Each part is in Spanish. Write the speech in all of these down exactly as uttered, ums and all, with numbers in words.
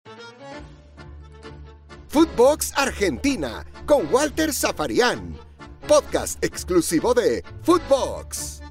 Footbox Argentina con Walter Zafarian, podcast exclusivo de Footbox.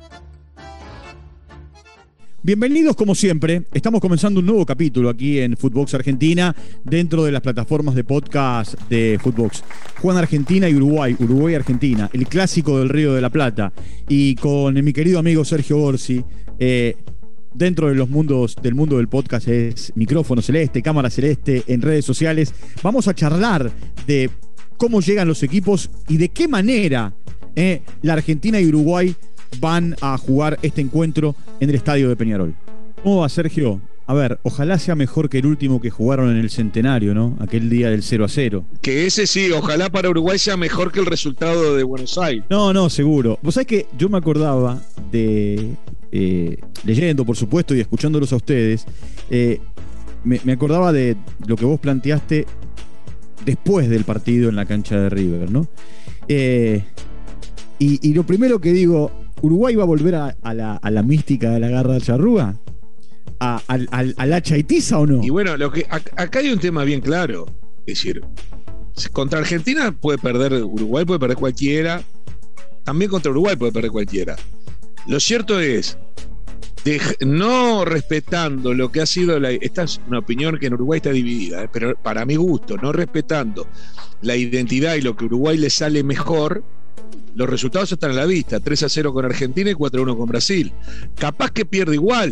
Bienvenidos como siempre, estamos comenzando un nuevo capítulo aquí en Footbox Argentina dentro de las plataformas de podcast de Footbox. Juegan Argentina y Uruguay, Uruguay-Argentina, el clásico del Río de la Plata, y con mi querido amigo Sergio Gorsi, eh, dentro de los mundos del mundo del podcast es micrófono celeste, cámara celeste, en redes sociales. Vamos a charlar de cómo llegan los equipos y de qué manera eh, la Argentina y Uruguay van a jugar este encuentro en el estadio de Peñarol. ¿Cómo va, Sergio? A ver, ojalá sea mejor que el último que jugaron en el Centenario, ¿no? Aquel día del cero a cero. Que ese sí, ojalá para Uruguay sea mejor que el resultado de Buenos Aires. No, no, seguro. Vos sabés que yo me acordaba de, eh, leyendo, por supuesto, y escuchándolos a ustedes, eh, me, me acordaba de lo que vos planteaste después del partido en la cancha de River, ¿no? Eh, y, y lo primero que digo, ¿Uruguay va a volver a, a, la, a la mística de la garra charrúa? ¿A, a, a, a la chaitiza o no? Y bueno, lo que acá hay un tema bien claro. Es decir, contra Argentina puede perder Uruguay, puede perder cualquiera. También contra Uruguay puede perder cualquiera. Lo cierto es, de, no respetando lo que ha sido la, esta es una opinión que en Uruguay está dividida, ¿eh? Pero para mi gusto, no respetando la identidad y lo que a Uruguay le sale mejor, los resultados están a la vista. tres a cero con Argentina y cuatro a uno con Brasil. Capaz que pierde igual,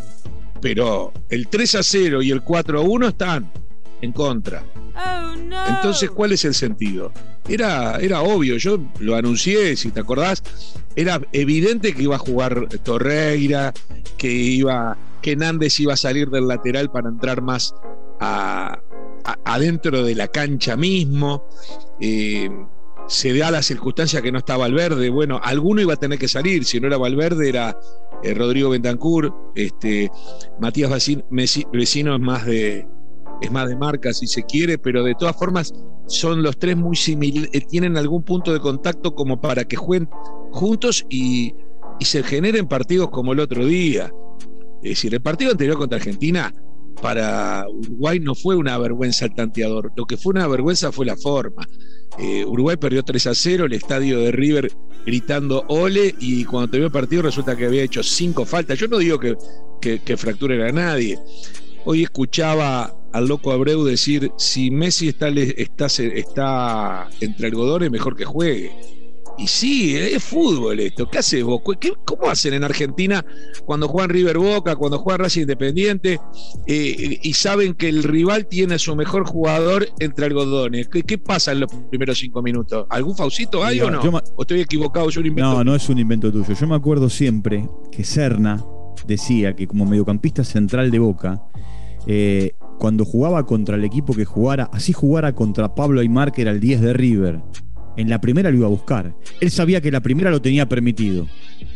pero el tres a cero y el cuatro a uno están en contra. Oh, no. Entonces, ¿cuál es el sentido? Era, era obvio, yo lo anuncié, si te acordás, era evidente que iba a jugar Torreira, que iba, que Nández iba a salir del lateral para entrar más a, a, adentro de la cancha mismo. Eh, se da la circunstancia que no está Valverde. Bueno, alguno iba a tener que salir, si no era Valverde era eh, Rodrigo Bentancur, este, Matías Vecino, Vecino es más de es más de marca si se quiere, pero de todas formas son los tres muy similares, eh, tienen algún punto de contacto como para que jueguen juntos y, y se generen partidos como el otro día. Es decir, el partido anterior contra Argentina para Uruguay no fue una vergüenza al tanteador, lo que fue una vergüenza fue la forma. Eh, Uruguay perdió tres a cero, el estadio de River gritando ole, y cuando terminó el partido resulta que había hecho cinco faltas. Yo no digo que, que, que fracture a nadie. Hoy escuchaba al loco Abreu decir, si Messi está, está, está entre algodones, mejor que juegue. Y sí, es fútbol esto. ¿Qué haces vos? ¿Qué, ¿Cómo hacen en Argentina cuando juegan River Boca, cuando juegan Racing Independiente eh, y saben que el rival tiene a su mejor jugador entre algodones? ¿Qué, qué pasa en los primeros cinco minutos? ¿Algún faucito hay no, o no? Me... ¿O estoy equivocado? Yo un invento. No, no es un invento tuyo. Yo me acuerdo siempre que Serna decía que como mediocampista central de Boca, eh, cuando jugaba contra el equipo que jugara, así jugara contra Pablo Aimar, que era el diez de River, en la primera lo iba a buscar. Él sabía que la primera lo tenía permitido.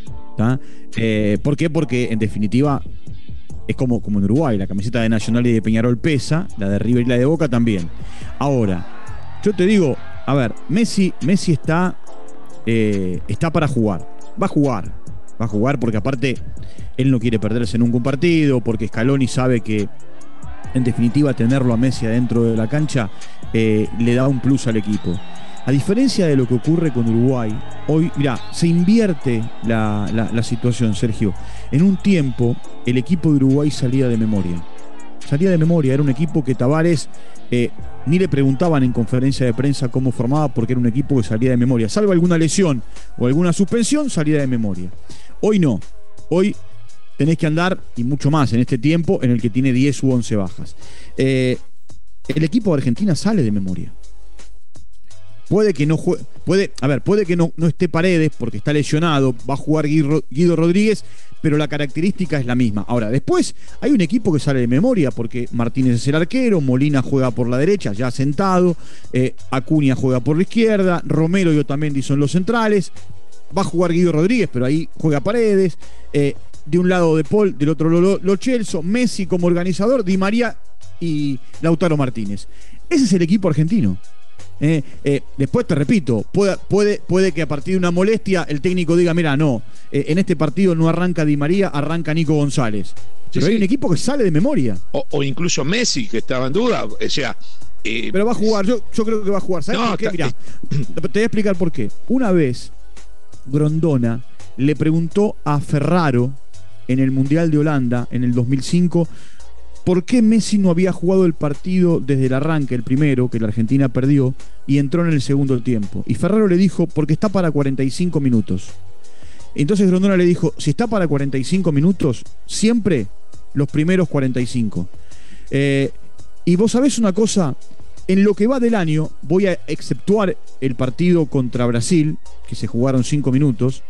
Eh, ¿Por qué? Porque en definitiva es como, como en Uruguay, la camiseta de Nacional y de Peñarol pesa, la de River y la de Boca también. Ahora, yo te digo, a ver, Messi, Messi está, eh, está para jugar. Va a jugar. Va a jugar porque aparte él no quiere perderse en ningún partido, porque Scaloni sabe que en definitiva tenerlo a Messi adentro de la cancha eh, le da un plus al equipo. A diferencia de lo que ocurre con Uruguay, hoy, mirá, se invierte la, la, la situación, Sergio. En un tiempo, el equipo de Uruguay salía de memoria. Salía de memoria, era un equipo que Tavares eh, ni le preguntaban en conferencia de prensa cómo formaba, porque era un equipo que salía de memoria. Salvo alguna lesión o alguna suspensión, salía de memoria. Hoy no. Hoy tenés que andar, y mucho más en este tiempo, en el que tiene diez u once bajas. Eh, el equipo de Argentina sale de memoria. Puede que no juegue, puede, a ver, puede que no, no esté Paredes porque está lesionado, va a jugar Guido, Guido Rodríguez, pero la característica es la misma. Ahora, después hay un equipo que sale de memoria porque Martínez es el arquero, Molina juega por la derecha, ya sentado, eh, Acuña juega por la izquierda, Romero y Otamendi son los centrales, va a jugar Guido Rodríguez, pero ahí juega Paredes, eh, de un lado De Paul, del otro Lo, Lo Celso, Messi como organizador, Di María y Lautaro Martínez. Ese es el equipo argentino. Eh, eh, después te repito, puede, puede, puede que a partir de una molestia el técnico diga, mira, no, eh, en este partido no arranca Di María, arranca Nico González. Pero sí, hay sí. un equipo que sale de memoria. O, o incluso Messi, que estaba en duda. O sea, eh, pero va a jugar, yo, yo creo que va a jugar. ¿Sabes no, por qué? Mirá, eh, te voy a explicar por qué. Una vez, Grondona le preguntó a Ferraro en el Mundial de Holanda, en el dos mil cinco, por qué Messi no había jugado el partido desde el arranque, el primero, que la Argentina perdió, y entró en el segundo tiempo. Y Ferraro le dijo, porque está para cuarenta y cinco minutos. Entonces Grondona le dijo, si está para cuarenta y cinco minutos, siempre los primeros cuarenta y cinco. Eh, y vos sabés una cosa, en lo que va del año, voy a exceptuar el partido contra Brasil, que se jugaron cinco minutos,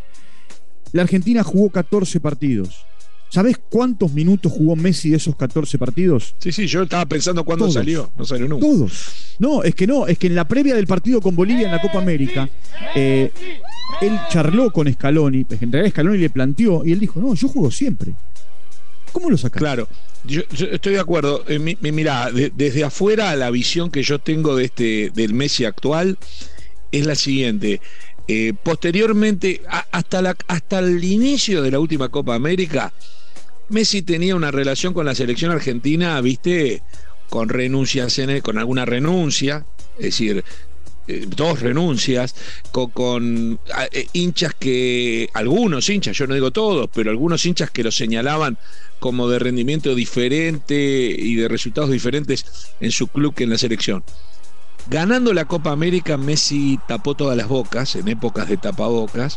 la Argentina jugó catorce partidos. ¿Sabés cuántos minutos jugó Messi de esos catorce partidos? Sí, sí, yo estaba pensando cuándo Todos. salió. No salió nunca. Todos. No, es que no, es que en la previa del partido con Bolivia en la Copa América, eh, él charló con Scaloni, en realidad Scaloni le planteó, y él dijo, no, yo juego siempre. ¿Cómo lo sacás? Claro, yo, yo estoy de acuerdo. Eh, mi, mirá, de, desde afuera la visión que yo tengo de este, del Messi actual es la siguiente. Eh, posteriormente, a, hasta, la, hasta el inicio de la última Copa América, Messi tenía una relación con la selección argentina, viste, con renuncias, en el, con alguna renuncia, es decir, eh, dos renuncias, con, con eh, hinchas que, algunos hinchas, yo no digo todos, pero algunos hinchas que lo señalaban como de rendimiento diferente y de resultados diferentes en su club que en la selección. Ganando la Copa América, Messi tapó todas las bocas, en épocas de tapabocas,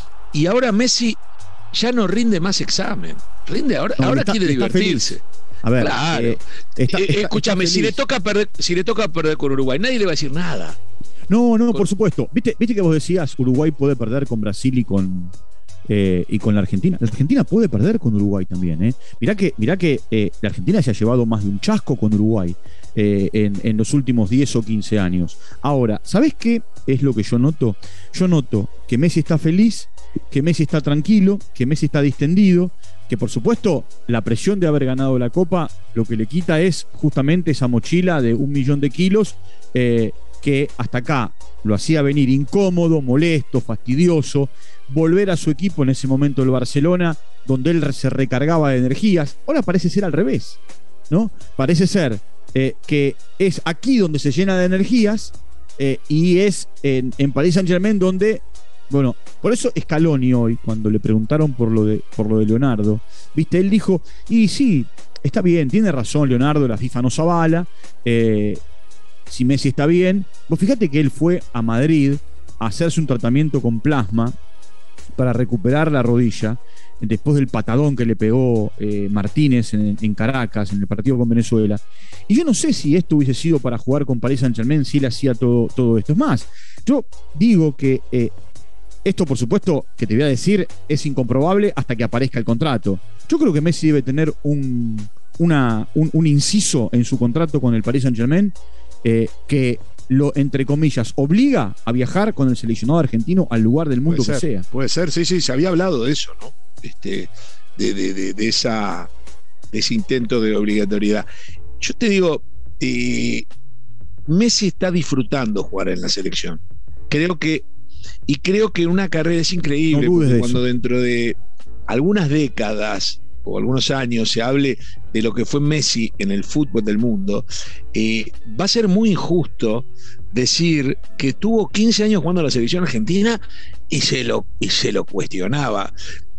y ahora Messi ya no rinde más examen, rinde ahora, no, ahora está, quiere está divertirse. Feliz. A ver, claro. Eh, está, eh, está, escúchame, está si le toca perder, si le toca perder con Uruguay, nadie le va a decir nada. No, no, con... por supuesto. Viste, viste que vos decías Uruguay puede perder con Brasil y con eh, y con la Argentina. La Argentina puede perder con Uruguay también, ¿eh? Mirá que, mirá que eh, la Argentina se ha llevado más de un chasco con Uruguay eh, en, en los últimos diez o quince años. Ahora, ¿sabés qué es lo que yo noto? Yo noto que Messi está feliz, que Messi está tranquilo, que Messi está distendido, que por supuesto la presión de haber ganado la Copa lo que le quita es justamente esa mochila de un millón de kilos eh, que hasta acá lo hacía venir incómodo, molesto, fastidioso, volver a su equipo en ese momento el Barcelona, donde él se recargaba de energías. Ahora parece ser al revés, ¿no? Parece ser eh, que es aquí donde se llena de energías eh, y es en, en Paris Saint-Germain donde, bueno, por eso Scaloni hoy, cuando le preguntaron por lo de, por lo de Leonardo, viste, él dijo, y sí, está bien, tiene razón Leonardo, la FIFA nos avala, eh, si Messi está bien. Vos fíjate que él fue a Madrid a hacerse un tratamiento con plasma para recuperar la rodilla después del patadón que le pegó eh, Martínez en, en Caracas, en el partido con Venezuela. Y yo no sé si esto hubiese sido para jugar con Paris Saint-Germain, si él hacía todo, todo esto. Es más, yo digo que eh, esto, por supuesto, que te voy a decir, es incomprobable hasta que aparezca el contrato. Yo creo que Messi debe tener un, una, un, un inciso en su contrato con el Paris Saint-Germain eh, que lo, entre comillas, obliga a viajar con el seleccionado argentino al lugar del mundo que sea. Puede ser, sí, sí, se había hablado de eso, ¿no? Este, de, de, de, de, esa, de ese intento de obligatoriedad. Yo te digo, eh, Messi está disfrutando jugar en la selección. Creo que, y creo que una carrera es increíble, no porque cuando dentro de algunas décadas o algunos años se hable de lo que fue Messi en el fútbol del mundo, eh, va a ser muy injusto decir que tuvo quince años jugando en la selección argentina y se lo, y se lo cuestionaba.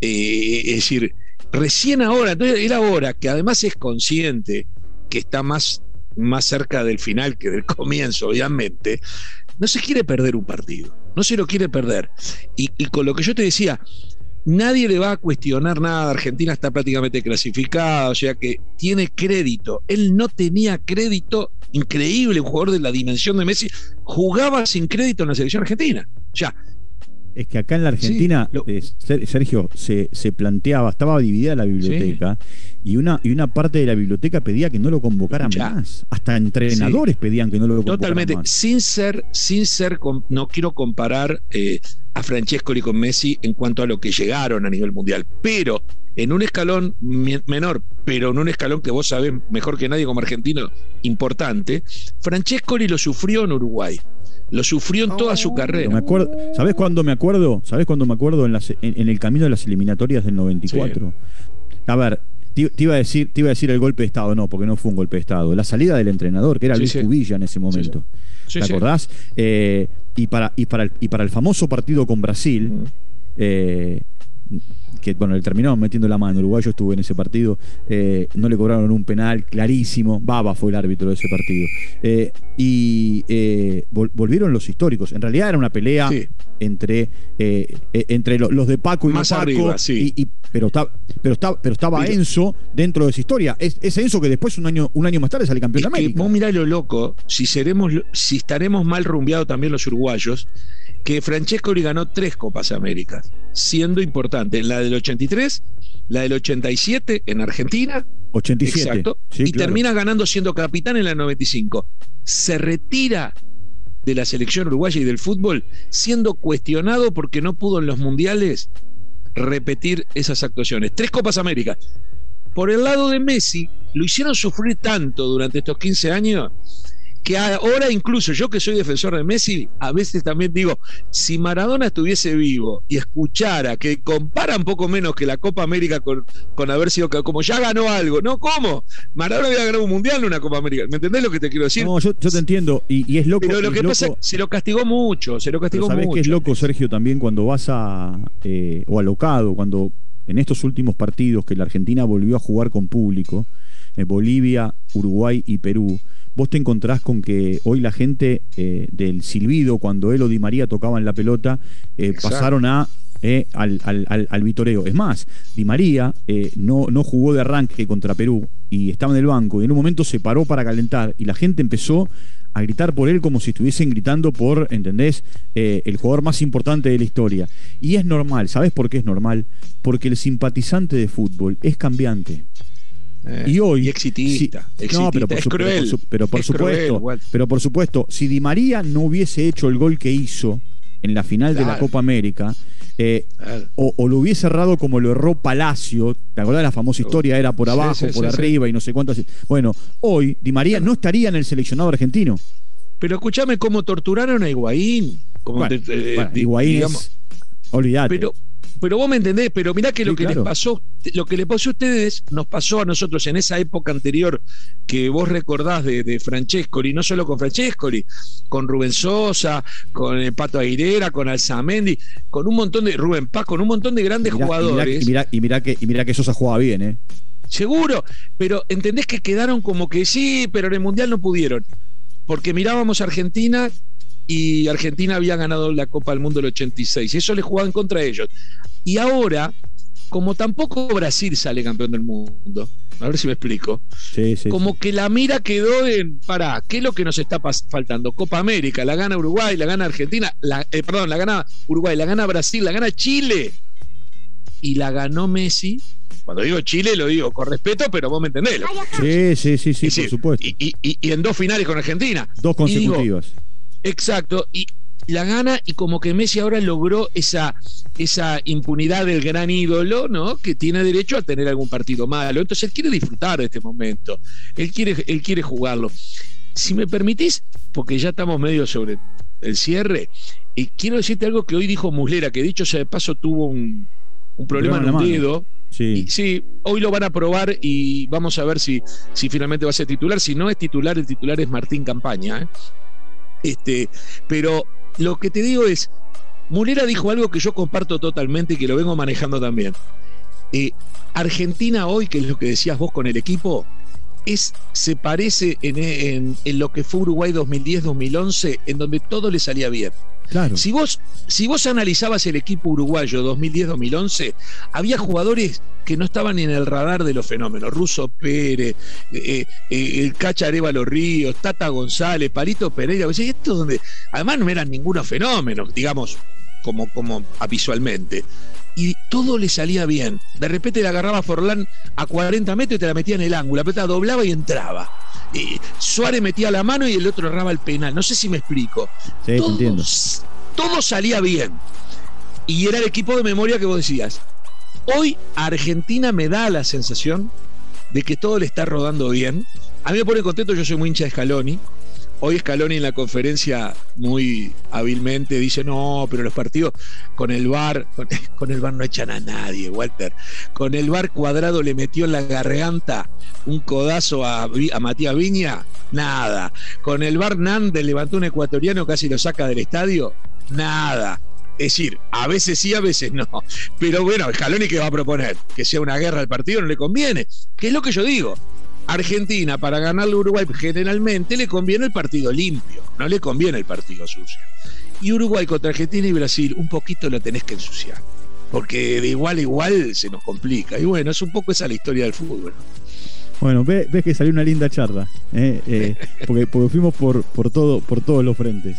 Eh, es decir, recién ahora, entonces él ahora, que además es consciente que está más, más cerca del final que del comienzo, obviamente, no se quiere perder un partido, no se lo quiere perder. Y, y con lo que yo te decía, nadie le va a cuestionar nada. Argentina está prácticamente clasificada, o sea que tiene crédito. Él no tenía crédito, increíble, un jugador de la dimensión de Messi, jugaba sin crédito en la selección argentina. Ya. Es que acá en la Argentina, sí, lo... eh, Sergio, se, se planteaba, estaba dividida la biblioteca, sí, y, una, y una parte de la biblioteca pedía que no lo convocaran ya. más. Hasta entrenadores sí. pedían que no lo convocaran Totalmente. más. Sin ser, sin ser, no quiero comparar eh, a Francescoli con Messi en cuanto a lo que llegaron a nivel mundial, pero en un escalón menor, pero en un escalón que vos sabés mejor que nadie como argentino, importante, Francescoli lo sufrió en Uruguay. Lo sufrió en toda su carrera. Me acuerdo, ¿sabés cuándo me acuerdo? ¿Sabés cuándo me acuerdo? En, las, en, en el camino de las eliminatorias del noventa y cuatro. Sí. A ver, te, te, iba a decir, te iba a decir el golpe de Estado, no, porque no fue un golpe de Estado. La salida del entrenador, que era sí, Luis sí. Cubilla en ese momento. Sí, sí. ¿Te sí, acordás? Sí. Eh, y, para, y, para el, y para el famoso partido con Brasil, uh-huh. eh, que bueno, le terminaron metiendo la mano. Uruguay, yo estuve en ese partido, eh, no le cobraron un penal clarísimo. Baba fue el árbitro de ese partido. Eh, y eh, vol- volvieron los históricos. En realidad era una pelea sí. entre, eh, eh, entre lo, los de Paco y más no Paco. Arriba, sí. y, y, pero, está, pero, está, pero estaba Mira. Enzo dentro de esa historia. Es, es Enzo que después, un año, un año más tarde, sale campeón es de América. Que vos mirá lo loco, si, seremos, si estaremos mal rumbeados también los uruguayos, que Francescoli ganó tres Copas Américas, siendo importante. La del ochenta y tres, la del ochenta y siete en Argentina. ochenta y siete. Exacto. Sí, y claro. termina ganando siendo capitán en la noventa y cinco. Se retira de la selección uruguaya y del fútbol siendo cuestionado porque no pudo en los mundiales repetir esas actuaciones. Tres Copas Américas. Por el lado de Messi, lo hicieron sufrir tanto durante estos quince años que ahora incluso yo que soy defensor de Messi, a veces también digo, si Maradona estuviese vivo y escuchara que compara un poco menos que la Copa América con, con haber sido, como ya ganó algo, ¿no? ¿Cómo? Maradona había ganado un mundial, no una Copa América. ¿Me entendés lo que te quiero decir? No, yo, yo te entiendo, y, y es loco. Pero lo que loco, pasa es que se lo castigó mucho, se lo castigó ¿sabés mucho. ¿Sabés qué es loco, Sergio, también cuando vas a, eh, o alocado, cuando en estos últimos partidos que la Argentina volvió a jugar con público, eh, Bolivia, Uruguay y Perú, vos te encontrás con que hoy la gente eh, del silbido, cuando él o Di María tocaban la pelota, eh, pasaron a eh, al, al, al, al vitoreo. Es más, Di María eh, no, no jugó de arranque contra Perú y estaba en el banco y en un momento se paró para calentar y la gente empezó a gritar por él como si estuviesen gritando por, ¿entendés? Eh, el jugador más importante de la historia. Y es normal, ¿sabés por qué es normal? Porque el simpatizante de fútbol es cambiante. Eh, y hoy y exitista, si, exitista. No, pero por, es su, cruel, pero por, su, pero por es supuesto cruel, pero por supuesto si Di María no hubiese hecho el gol que hizo en la final claro. de la Copa América eh, claro. o, o lo hubiese errado como lo erró Palacio, ¿te acordás de la famosa historia? Era por abajo, sí, sí, por sí, arriba sí. y no sé cuántas. Bueno, hoy Di María claro. no estaría en el seleccionado argentino. Pero escúchame cómo torturaron a Higuaín. Como bueno, te, eh, bueno, Higuaín digamos, es, olvidate. Pero Pero vos me entendés, pero mirá que lo sí, que claro. les pasó, lo que les pasó a ustedes, nos pasó a nosotros en esa época anterior que vos recordás de, de Francescoli, no solo con Francescoli, con Rubén Sosa, con el Pato Aguilera, con Alzamendi, con un montón de Rubén Paz, con un montón de grandes y mirá, jugadores. Y mirá, y, mirá, y, mirá que, y mirá que Sosa jugaba bien, ¿eh? Seguro, pero entendés que quedaron como que sí, pero en el Mundial no pudieron. Porque mirábamos a Argentina y Argentina había ganado la Copa del Mundo del ochenta y seis, y eso le jugaban contra ellos. Y ahora, como tampoco Brasil sale campeón del mundo, a ver si me explico, sí, sí, como sí. que la mira quedó en, pará, ¿qué es lo que nos está pas- faltando? Copa América, la gana Uruguay, la gana Argentina, la, eh, perdón, la gana Uruguay, la gana Brasil, la gana Chile, y la ganó Messi. Cuando digo Chile lo digo con respeto, pero vos me entendés. Sí, sí, sí, sí, decir, por supuesto. Y, y, y en dos finales con Argentina. Dos consecutivas. Digo, exacto, y la gana y como que Messi ahora logró esa, esa impunidad del gran ídolo, ¿no? Que tiene derecho a tener algún partido malo. Entonces él quiere disfrutar de este momento. Él quiere, él quiere jugarlo. Si me permitís, porque ya estamos medio sobre el cierre, y quiero decirte algo que hoy dijo Muslera, que dicho sea de paso tuvo un, un problema en un dedo. Sí. Y, sí, hoy lo van a probar y vamos a ver si, si finalmente va a ser titular. Si no es titular, el titular es Martín Campaña, ¿eh? Este, pero lo que te digo es, Muslera dijo algo que yo comparto totalmente y que lo vengo manejando también. Eh, Argentina hoy, que es lo que decías vos con el equipo, es, se parece en, en, en lo que fue Uruguay dos mil diez dos mil once, en donde todo le salía bien. Claro. Si vos, si vos analizabas el equipo uruguayo dos mil diez dos mil once, había jugadores que no estaban ni en el radar de los fenómenos. Russo Pérez, eh, eh, el Cacha Arévalo Ríos, Tata González, Palito Pereira. Esto donde, además no eran ningunos fenómenos, digamos, como, como visualmente. Y todo le salía bien. De repente le agarraba a Forlán a cuarenta metros y te la metía en el ángulo. La pelota doblaba y entraba. Y Suárez metía la mano y el otro erraba el penal. No sé si me explico. Sí, todo, te entiendo. Todo salía bien. Y era el equipo de memoria que vos decías. Hoy a Argentina me da la sensación de que todo le está rodando bien. A mí me pone contento, yo soy muy hincha de Scaloni, hoy Scaloni en la conferencia muy hábilmente dice, no, pero los partidos con el V A R, con, con el V A R no echan a nadie, Walter. Con el V A R Cuadrado le metió en la garganta un codazo a, a Matías Viña, nada. Con el V A R Nández levantó un ecuatoriano, casi lo saca del estadio, nada. Es decir, a veces sí, a veces no. Pero bueno, Scaloni, ¿qué va a proponer? Que sea una guerra al partido, no le conviene. ¿Qué es lo que yo digo? Argentina, para ganarle a Uruguay, generalmente le conviene el partido limpio, no le conviene el partido sucio. Y Uruguay contra Argentina y Brasil, un poquito lo tenés que ensuciar, porque de igual a igual se nos complica. Y bueno, es un poco esa la historia del fútbol. Bueno, ves, ves que salió una linda charla, ¿eh? Eh, porque, porque fuimos por, por, todo, por todos los frentes.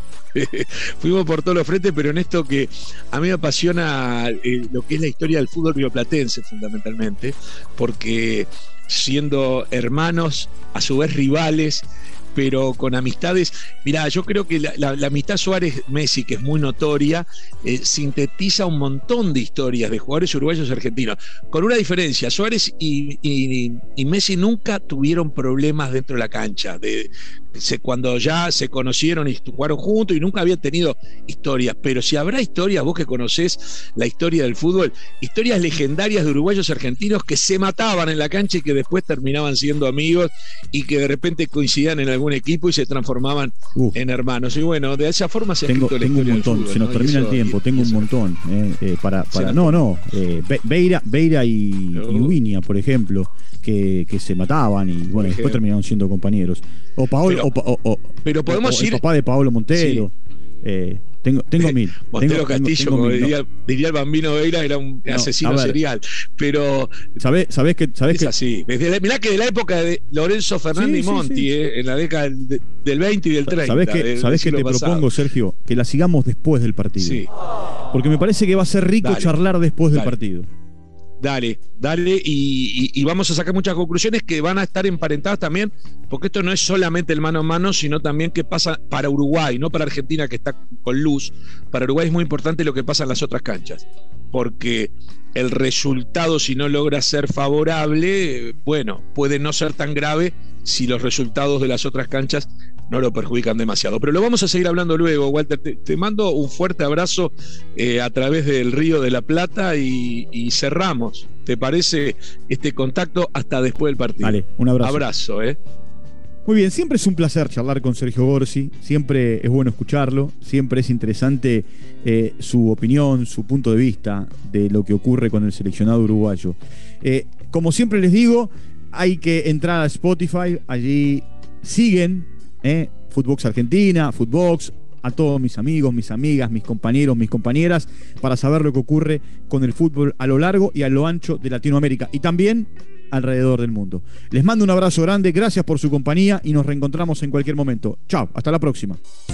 Fuimos por todos los frentes, pero en esto que a mí me apasiona eh, lo que es la historia del fútbol rioplatense, fundamentalmente, porque siendo hermanos, a su vez rivales, pero con amistades. Mirá, yo creo que la, la, la amistad Suárez-Messi, que es muy notoria, eh, sintetiza un montón de historias de jugadores uruguayos y argentinos, con una diferencia: Suárez y, y, y Messi nunca tuvieron problemas dentro de la cancha, de, se, cuando ya se conocieron y jugaron juntos, y nunca habían tenido historias. Pero si habrá historias, vos que conocés la historia del fútbol, historias legendarias de uruguayos y argentinos que se mataban en la cancha y que después terminaban siendo amigos y que de repente coincidían en algún equipo y se transformaban Uf. en hermanos. Y bueno, de esa forma se ha tengo, escrito la tengo historia un montón, del fútbol, se nos ¿no? termina eso, el tiempo, tengo un montón. Eh, eh, para, para, no, no, eh, Beira, Beira y, no. y Ubiña, por ejemplo, que, que se mataban y bueno, después terminaron siendo compañeros. O Paolo, pero, o, o, o, pero podemos o, ir. El papá de Paolo Montero. Sí. Eh, tengo, tengo mil. Montero tengo, Castillo, tengo, como tengo diría, no. diría el Bambino Veira, era un no, asesino serial. Pero. ¿Sabés, sabés que.? Sabés es que... así. Desde la, mirá que de la época de Lorenzo Fernández sí, y Monti, sí, sí. Eh, en la década del, del veinte y del treinta. ¿Sabés que, del, ¿sabés del que te pasado. propongo, Sergio? Que la sigamos después del partido. Sí. Porque me parece que va a ser rico dale, charlar después del dale. partido. Dale, dale, y, y, y vamos a sacar muchas conclusiones que van a estar emparentadas también, porque esto no es solamente el mano a mano, sino también qué pasa para Uruguay, no para Argentina, que está con luz. Para Uruguay es muy importante lo que pasa en las otras canchas, porque el resultado, si no logra ser favorable, bueno, puede no ser tan grave si los resultados de las otras canchas no lo perjudican demasiado. Pero lo vamos a seguir hablando luego, Walter. Te, te mando un fuerte abrazo eh, a través del Río de la Plata y, y cerramos, ¿te parece? Este contacto hasta después del partido. Dale, un abrazo. Abrazo, ¿eh? Muy bien, siempre es un placer charlar con Sergio Gorsi, siempre es bueno escucharlo, siempre es interesante eh, su opinión, su punto de vista de lo que ocurre con el seleccionado uruguayo. Eh, como siempre les digo, hay que entrar a Spotify, allí siguen eh, Footbox Argentina, Footbox, a todos mis amigos, mis amigas, mis compañeros, mis compañeras, para saber lo que ocurre con el fútbol a lo largo y a lo ancho de Latinoamérica y también alrededor del mundo. Les mando un abrazo grande, gracias por su compañía y nos reencontramos en cualquier momento. Chao, hasta la próxima.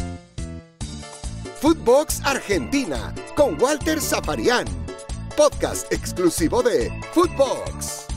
Footbox Argentina con Walter Safarian, podcast exclusivo de Footbox.